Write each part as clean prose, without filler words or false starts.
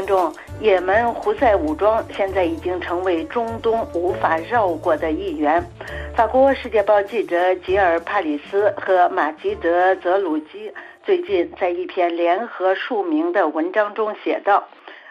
众，也门胡塞武装现在已经成为中东无法绕过的一员。法国《世界报》记者吉尔·帕里斯和马吉德·泽鲁基最近在一篇联合署名的文章中写道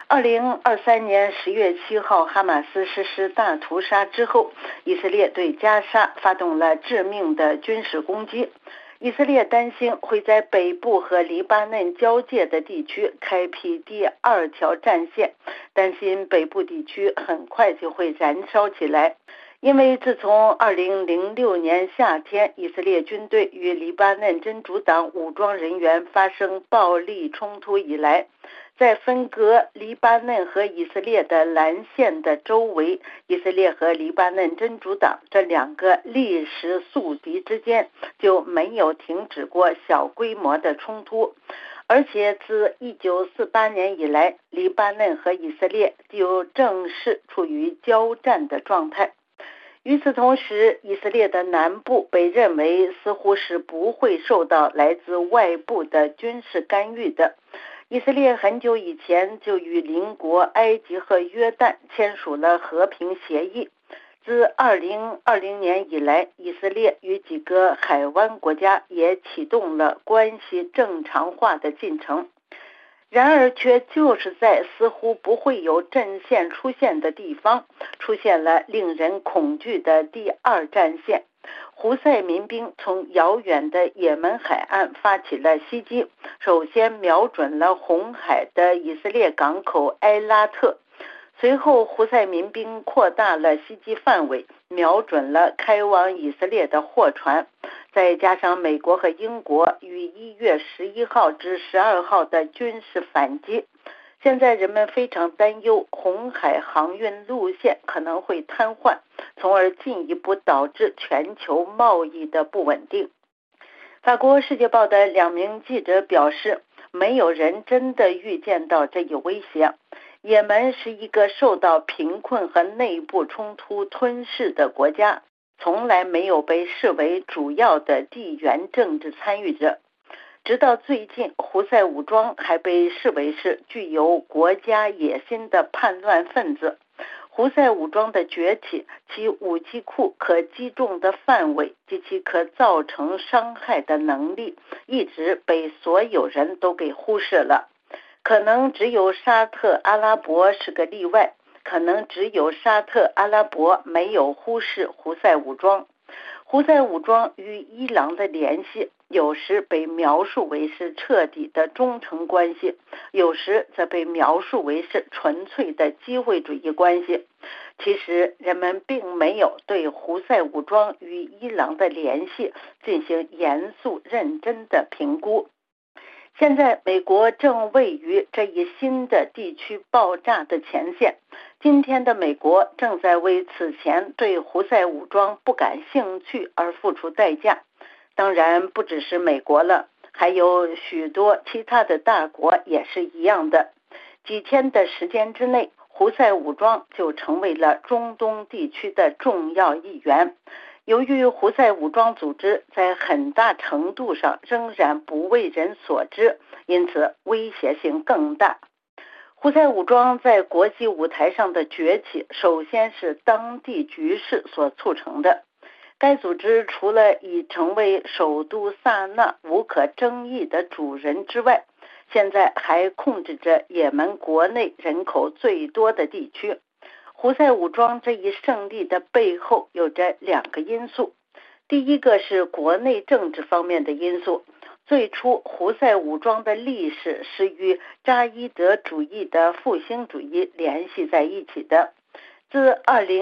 ：2023年10月7号，哈马斯实施大屠杀之后，以色列对加沙发动了致命的军事攻击。以色列担心会在北部和黎巴嫩交界的地区开辟第二条战线，担心北部地区很快就会燃烧起来。因为自从2006年夏天以色列军队与黎巴嫩真主党武装人员发生暴力冲突以来，在分隔黎巴嫩和以色列的蓝线的周围，以色列和黎巴嫩真主党这两个历史宿敌之间就没有停止过小规模的冲突。而且自1948年以来，黎巴嫩和以色列就正式处于交战的状态。与此同时，以色列的南部被认为似乎是不会受到来自外部的军事干预的。以色列很久以前就与邻国埃及和约旦签署了和平协议。自2020年以来，以色列与几个海湾国家也启动了关系正常化的进程。然而，却就是在似乎不会有阵线出现的地方，出现了令人恐惧的第二战线。胡塞民兵从遥远的也门海岸发起了袭击，首先瞄准了红海的以色列港口埃拉特，随后胡塞民兵扩大了袭击范围，瞄准了开往以色列的货船，再加上美国和英国于1月11号至12号的军事反击，现在人们非常担忧红海航运路线可能会瘫痪，从而进一步导致全球贸易的不稳定。法国《世界报》的2名记者表示，没有人真的预见到这一威胁。也门是一个受到贫困和内部冲突吞噬的国家，从来没有被视为主要的地缘政治参与者。直到最近，胡塞武装还被视为是具有国家野心的叛乱分子。胡塞武装的崛起，其武器库可击中的范围及其可造成伤害的能力，一直被所有人都给忽视了。可能只有沙特阿拉伯是个例外，可能只有沙特阿拉伯没有忽视胡塞武装。胡塞武装与伊朗的联系有时被描述为是彻底的忠诚关系，有时则被描述为是纯粹的机会主义关系。其实人们并没有对胡塞武装与伊朗的联系进行严肃认真的评估。现在美国正位于这一新的地区爆炸的前线。今天的美国正在为此前对胡塞武装不感兴趣而付出代价。当然不只是美国了，还有许多其他的大国也是一样的。几天的时间之内，胡塞武装就成为了中东地区的重要一员。由于胡塞武装组织在很大程度上仍然不为人所知，因此威胁性更大。胡塞武装在国际舞台上的崛起，首先是当地局势所促成的。该组织除了已成为首都萨那无可争议的主人之外，现在还控制着也门国内人口最多的地区。胡塞武装这一胜利的背后有着2个因素。第一个是国内政治方面的因素。最初胡塞武装的历史是与扎伊德主义的复兴主义联系在一起的。自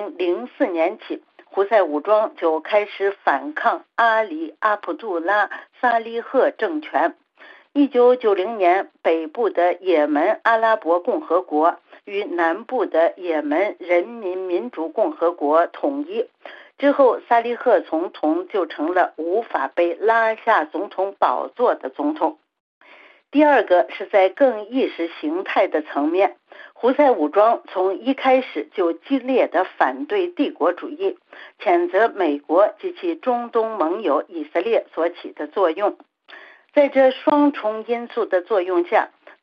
2004年起，胡塞武装就开始反抗阿里·阿卜杜拉·萨利赫政权。1990年，北部的也门阿拉伯共和国与南部的也门人民民主共和国统一之后，萨利赫总统就成了无法被拉下总统宝座的总统。第二个是在更意识形态的层面，胡塞武装从一开始就激烈地反对帝国主义，谴责美国及其中东盟友以色列所起的作用。在这双重因素的作用下，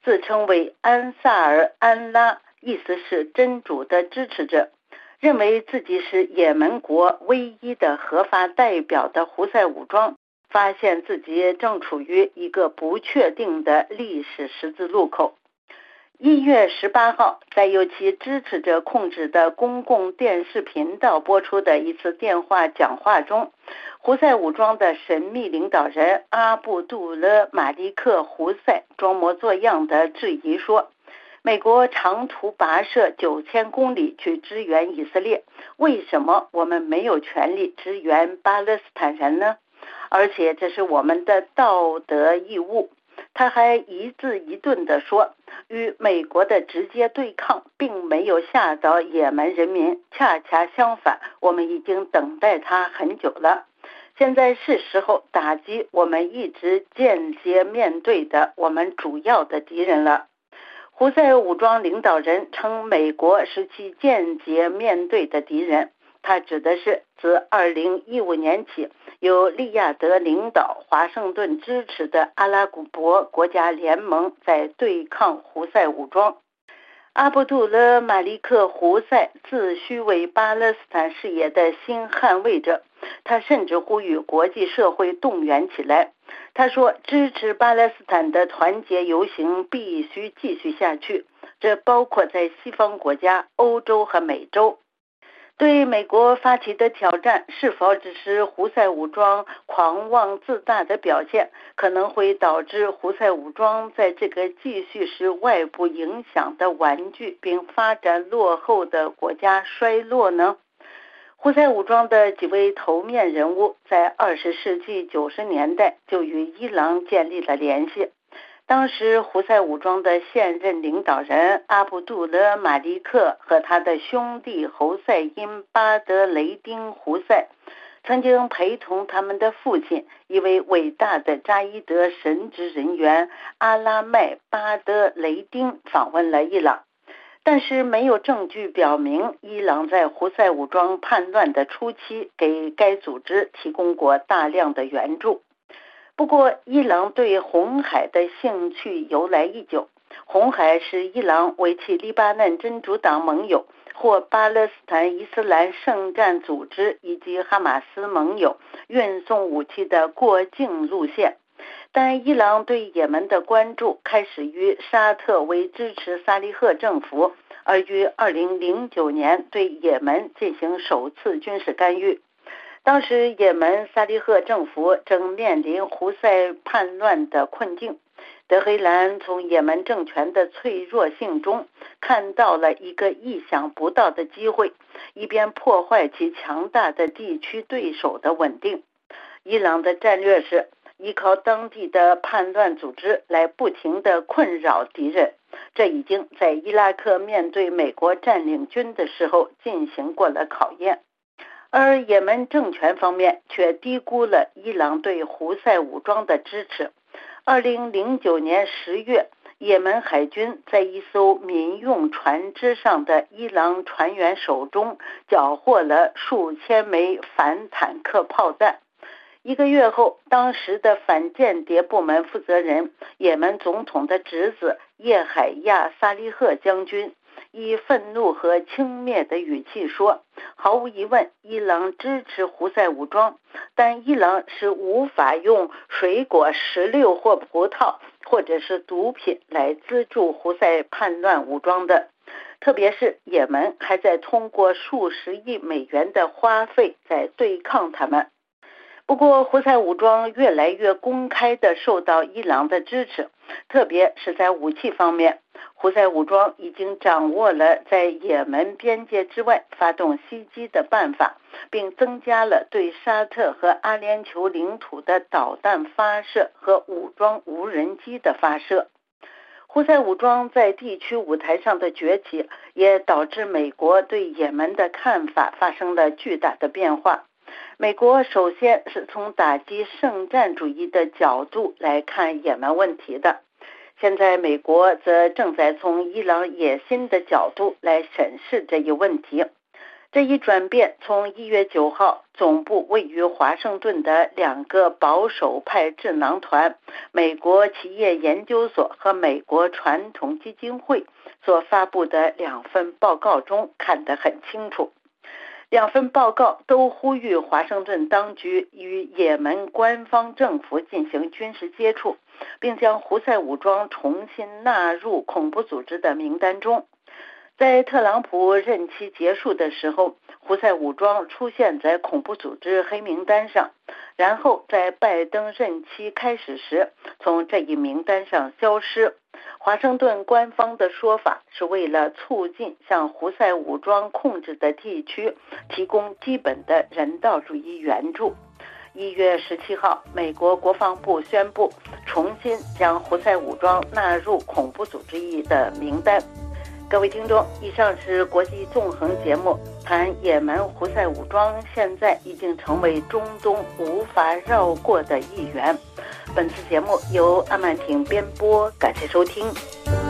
自称为安萨尔安拉，意思是真主的支持者，认为自己是也门国唯一的合法代表的胡塞武装，发现自己正处于一个不确定的历史十字路口。1月18号，在由其支持者控制的公共电视频道播出的一次电话讲话中，胡塞武装的神秘领导人阿布杜勒马利克胡塞装模作样地质疑说，美国长途跋涉9000公里去支援以色列，为什么我们没有权利支援巴勒斯坦人呢？而且这是我们的道德义务。他还一字一顿地说，与美国的直接对抗并没有吓倒也门人民，恰恰相反，我们已经等待他很久了。现在是时候打击我们一直间接面对的我们主要的敌人了。胡塞武装领导人称美国是其间接面对的敌人，他指的是自2015年起由利雅得领导、华盛顿支持的阿拉伯国家联盟在对抗胡塞武装。阿卜杜勒马利克胡塞自诩为巴勒斯坦事业的新捍卫者，他甚至呼吁国际社会动员起来。他说，支持巴勒斯坦的团结游行必须继续下去，这包括在西方国家、欧洲和美洲。对美国发起的挑战是否只是胡塞武装狂妄自大的表现，可能会导致胡塞武装在这个继续是外部影响的玩具并发展落后的国家衰落呢？胡塞武装的几位头面人物在20世纪90年代就与伊朗建立了联系。当时胡塞武装的现任领导人阿卜杜勒马利克和他的兄弟侯赛因巴德雷丁胡塞曾经陪同他们的父亲，一位伟大的扎伊德神职人员阿拉麦巴德雷丁访问了伊朗，但是没有证据表明伊朗在胡塞武装叛乱的初期给该组织提供过大量的援助。不过，伊朗对红海的兴趣由来已久。红海是伊朗为其黎巴嫩真主党盟友或巴勒斯坦伊斯兰圣战组织以及哈马斯盟友运送武器的过境路线。但伊朗对也门的关注开始于沙特为支持萨利赫政府，而于2009年对也门进行首次军事干预。当时也门萨利赫政府正面临胡塞叛乱的困境，德黑兰从也门政权的脆弱性中看到了一个意想不到的机会，以便破坏其强大的地区对手的稳定。伊朗的战略是依靠当地的叛乱组织来不停地困扰敌人，这已经在伊拉克面对美国占领军的时候进行过了考验。而也门政权方面却低估了伊朗对胡塞武装的支持。2009年10月，也门海军在一艘民用船只上的伊朗船员手中缴获了数千枚反坦克炮弹。1个月后，当时的反间谍部门负责人、也门总统的侄子叶海亚·萨利赫将军以愤怒和轻蔑的语气说，毫无疑问，伊朗支持胡塞武装，但伊朗是无法用水果、石榴或葡萄或者是毒品来资助胡塞叛乱武装的，特别是也门还在通过数十亿美元的花费在对抗他们。不过，胡塞武装越来越公开地受到伊朗的支持，特别是在武器方面。胡塞武装已经掌握了在也门边界之外发动袭击的办法，并增加了对沙特和阿联酋领土的导弹发射和武装无人机的发射。胡塞武装在地区舞台上的崛起，也导致美国对也门的看法发生了巨大的变化。美国首先是从打击圣战主义的角度来看也门问题的，现在美国则正在从伊朗野心的角度来审视这一问题。 这一转变从1月9号总部位于华盛顿的2个保守派智囊团美国企业研究所和美国传统基金会所发布的2份报告中看得很清楚。2份报告都呼吁华盛顿当局与也门官方政府进行军事接触，并将胡塞武装重新纳入恐怖组织的名单中。在特朗普任期结束的时候，胡塞武装出现在恐怖组织黑名单上，然后在拜登任期开始时从这一名单上消失。华盛顿官方的说法是为了促进向胡塞武装控制的地区提供基本的人道主义援助。1月17号，美国国防部宣布重新将胡塞武装纳入恐怖组织的名单。各位听众，以上是国际纵横节目，谈也门胡塞武装现在已经成为中东无法绕过的一员。本次节目由阿曼婷编播，感谢收听。